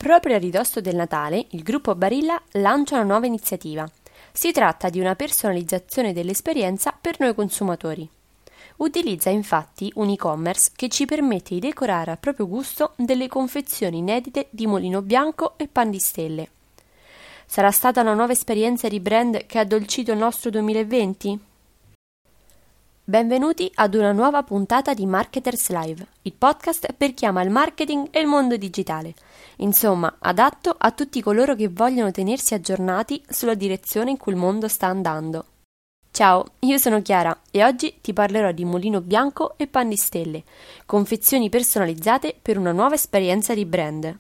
Proprio a ridosso del Natale, il gruppo Barilla lancia una nuova iniziativa. Si tratta di una personalizzazione dell'esperienza per noi consumatori. Utilizza infatti un e-commerce che ci permette di decorare a proprio gusto delle confezioni inedite di Mulino Bianco e Pan di Stelle. Sarà stata una nuova esperienza di brand che ha addolcito il nostro 2020? Benvenuti ad una nuova puntata di Marketers Live, il podcast per chi ama il marketing e il mondo digitale. Insomma, adatto a tutti coloro che vogliono tenersi aggiornati sulla direzione in cui il mondo sta andando. Ciao, io sono Chiara e oggi ti parlerò di Mulino Bianco e Pan di Stelle, confezioni personalizzate per una nuova esperienza di brand.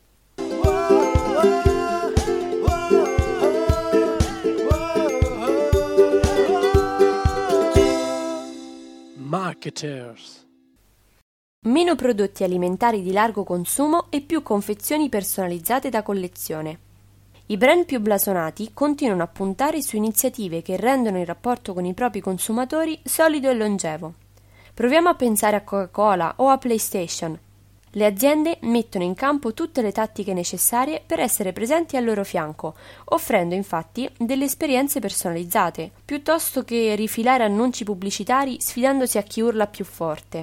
Marketers. Meno prodotti alimentari di largo consumo e più confezioni personalizzate da collezione. I brand più blasonati continuano a puntare su iniziative che rendono il rapporto con i propri consumatori solido e longevo. Proviamo a pensare a Coca-Cola o a PlayStation. Le aziende mettono in campo tutte le tattiche necessarie per essere presenti al loro fianco, offrendo infatti delle esperienze personalizzate, piuttosto che rifilare annunci pubblicitari sfidandosi a chi urla più forte.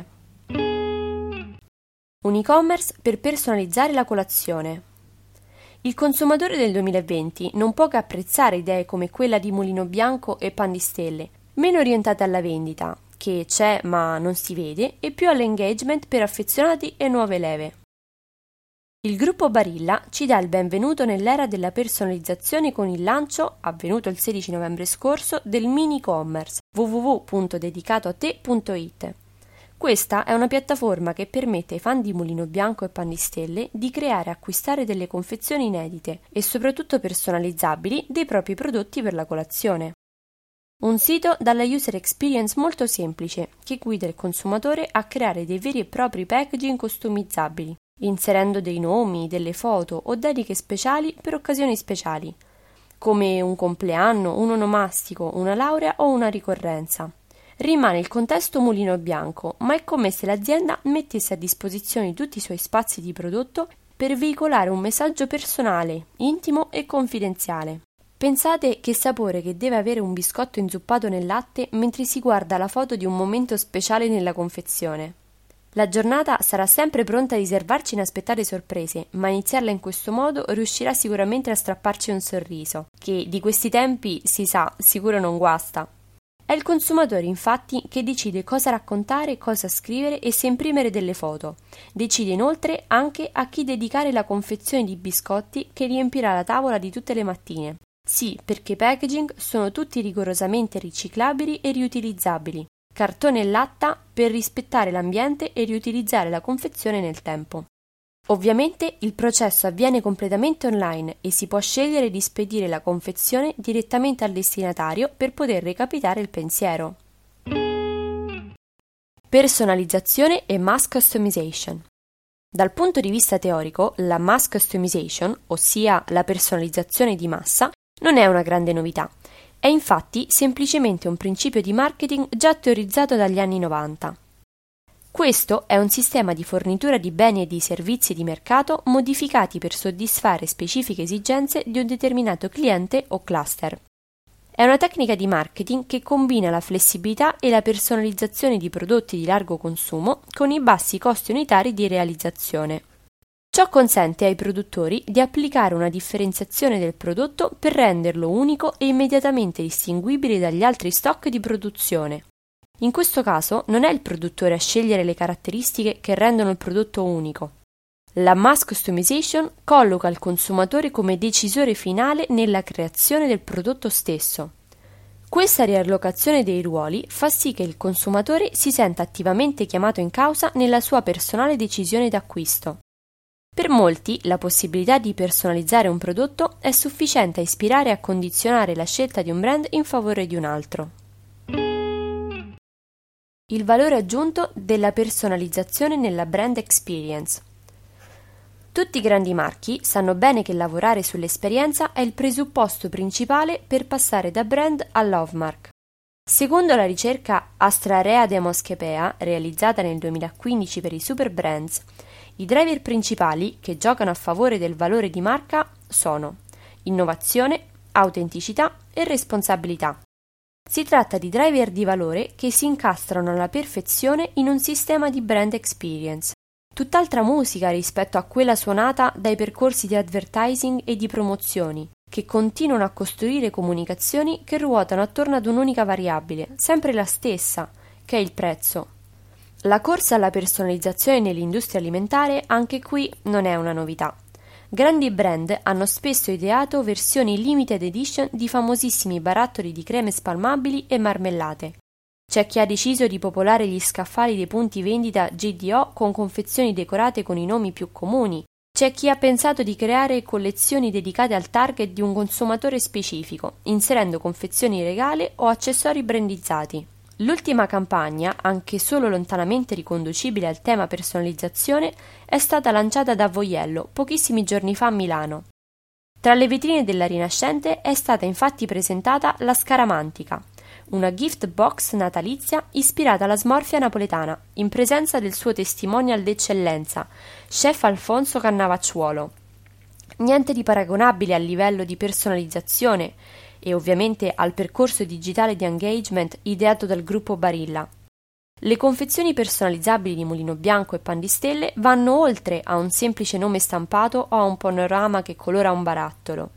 Un e-commerce per personalizzare la colazione. Il consumatore del 2020 non può che apprezzare idee come quella di Mulino Bianco e Pan di Stelle, meno orientate alla vendita, che c'è ma non si vede, e più all'engagement per affezionati e nuove leve. Il gruppo Barilla ci dà il benvenuto nell'era della personalizzazione con il lancio, avvenuto il 16 novembre scorso, del mini e-commerce www.dedicatoate.it. Questa è una piattaforma che permette ai fan di Mulino Bianco e Pan di Stelle di creare e acquistare delle confezioni inedite e soprattutto personalizzabili dei propri prodotti per la colazione. Un sito dalla user experience molto semplice che guida il consumatore a creare dei veri e propri packaging customizzabili, inserendo dei nomi, delle foto o dediche speciali per occasioni speciali, come un compleanno, un onomastico, una laurea o una ricorrenza. Rimane il contesto Mulino Bianco, ma è come se l'azienda mettesse a disposizione tutti i suoi spazi di prodotto per veicolare un messaggio personale, intimo e confidenziale. Pensate che sapore che deve avere un biscotto inzuppato nel latte mentre si guarda la foto di un momento speciale nella confezione. La giornata sarà sempre pronta a riservarci inaspettate sorprese, ma iniziarla in questo modo riuscirà sicuramente a strapparci un sorriso, che di questi tempi, si sa, sicuro non guasta. È il consumatore infatti che decide cosa raccontare, cosa scrivere e se imprimere delle foto. Decide inoltre anche a chi dedicare la confezione di biscotti che riempirà la tavola di tutte le mattine. Sì, perché i packaging sono tutti rigorosamente riciclabili e riutilizzabili. Cartone e latta per rispettare l'ambiente e riutilizzare la confezione nel tempo. Ovviamente il processo avviene completamente online e si può scegliere di spedire la confezione direttamente al destinatario per poter recapitare il pensiero. Personalizzazione e mass customization. Dal punto di vista teorico, la mass customization, ossia la personalizzazione di massa, non è una grande novità. È infatti semplicemente un principio di marketing già teorizzato dagli anni 90. Questo è un sistema di fornitura di beni e di servizi di mercato modificati per soddisfare specifiche esigenze di un determinato cliente o cluster. È una tecnica di marketing che combina la flessibilità e la personalizzazione di prodotti di largo consumo con i bassi costi unitari di realizzazione. Ciò consente ai produttori di applicare una differenziazione del prodotto per renderlo unico e immediatamente distinguibile dagli altri stock di produzione. In questo caso non è il produttore a scegliere le caratteristiche che rendono il prodotto unico. La mass customization colloca il consumatore come decisore finale nella creazione del prodotto stesso. Questa riallocazione dei ruoli fa sì che il consumatore si senta attivamente chiamato in causa nella sua personale decisione d'acquisto. Per molti, la possibilità di personalizzare un prodotto è sufficiente a ispirare e a condizionare la scelta di un brand in favore di un altro. Il valore aggiunto della personalizzazione nella brand experience. Tutti i grandi marchi sanno bene che lavorare sull'esperienza è il presupposto principale per passare da brand a love mark. Secondo la ricerca Astrarea Demoskepea, realizzata nel 2015 per i super brands, I driver principali che giocano a favore del valore di marca sono innovazione, autenticità e responsabilità. Si tratta di driver di valore che si incastrano alla perfezione in un sistema di brand experience. Tutt'altra musica rispetto a quella suonata dai percorsi di advertising e di promozioni, che continuano a costruire comunicazioni che ruotano attorno ad un'unica variabile, sempre la stessa, che è il prezzo. La corsa alla personalizzazione nell'industria alimentare anche qui non è una novità. Grandi brand hanno spesso ideato versioni limited edition di famosissimi barattoli di creme spalmabili e marmellate. C'è chi ha deciso di popolare gli scaffali dei punti vendita GDO con confezioni decorate con i nomi più comuni. C'è chi ha pensato di creare collezioni dedicate al target di un consumatore specifico, inserendo confezioni regale o accessori brandizzati. L'ultima campagna, anche solo lontanamente riconducibile al tema personalizzazione, è stata lanciata da Voiello pochissimi giorni fa a Milano. Tra le vetrine della Rinascente è stata infatti presentata la Scaramantica, una gift box natalizia ispirata alla smorfia napoletana, in presenza del suo testimonial d'eccellenza, chef Alfonso Cannavacciuolo. Niente di paragonabile a livello di personalizzazione e ovviamente al percorso digitale di engagement ideato dal gruppo Barilla. Le confezioni personalizzabili di Mulino Bianco e Pan di Stelle vanno oltre a un semplice nome stampato o a un panorama che colora un barattolo.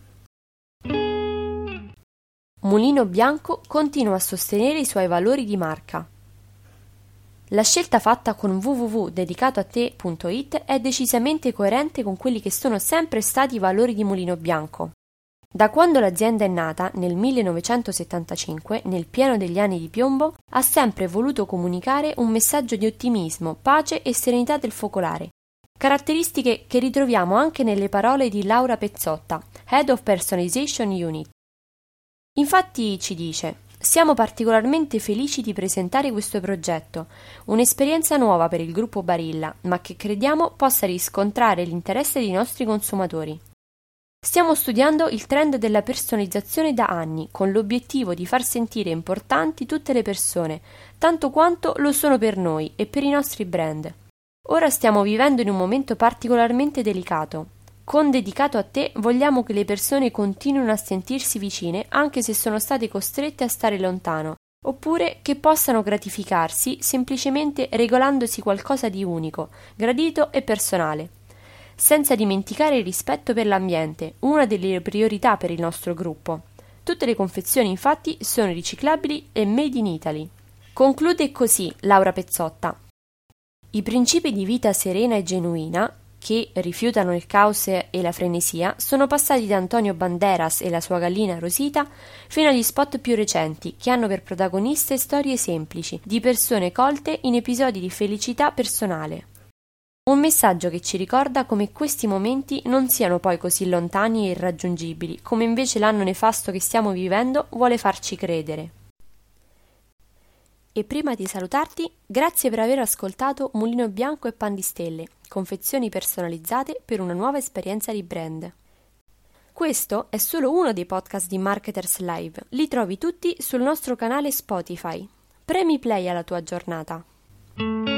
Mulino Bianco continua a sostenere i suoi valori di marca. La scelta fatta con www.dedicatoate.it è decisamente coerente con quelli che sono sempre stati i valori di Mulino Bianco. Da quando l'azienda è nata, nel 1975, nel pieno degli anni di piombo, ha sempre voluto comunicare un messaggio di ottimismo, pace e serenità del focolare, caratteristiche che ritroviamo anche nelle parole di Laura Pezzotta, Head of Personalization Unit. Infatti ci dice: siamo particolarmente felici di presentare questo progetto, un'esperienza nuova per il gruppo Barilla, ma che crediamo possa riscontrare l'interesse dei nostri consumatori. Stiamo studiando il trend della personalizzazione da anni, con l'obiettivo di far sentire importanti tutte le persone, tanto quanto lo sono per noi e per i nostri brand. Ora stiamo vivendo in un momento particolarmente delicato. Con Dedicato a te vogliamo che le persone continuino a sentirsi vicine anche se sono state costrette a stare lontano, oppure che possano gratificarsi semplicemente regolandosi qualcosa di unico, gradito e personale. Senza dimenticare il rispetto per l'ambiente, una delle priorità per il nostro gruppo. Tutte le confezioni infatti sono riciclabili e made in Italy. Conclude così Laura Pezzotta. I principi di vita serena e genuina, che rifiutano il caos e la frenesia, sono passati da Antonio Banderas e la sua gallina Rosita fino agli spot più recenti, che hanno per protagoniste storie semplici, di persone colte in episodi di felicità personale. Un messaggio che ci ricorda come questi momenti non siano poi così lontani e irraggiungibili, come invece l'anno nefasto che stiamo vivendo vuole farci credere. E prima di salutarti, grazie per aver ascoltato Mulino Bianco e Pan di Stelle, confezioni personalizzate per una nuova esperienza di brand. Questo è solo uno dei podcast di Marketers Live, li trovi tutti sul nostro canale Spotify. Premi play alla tua giornata.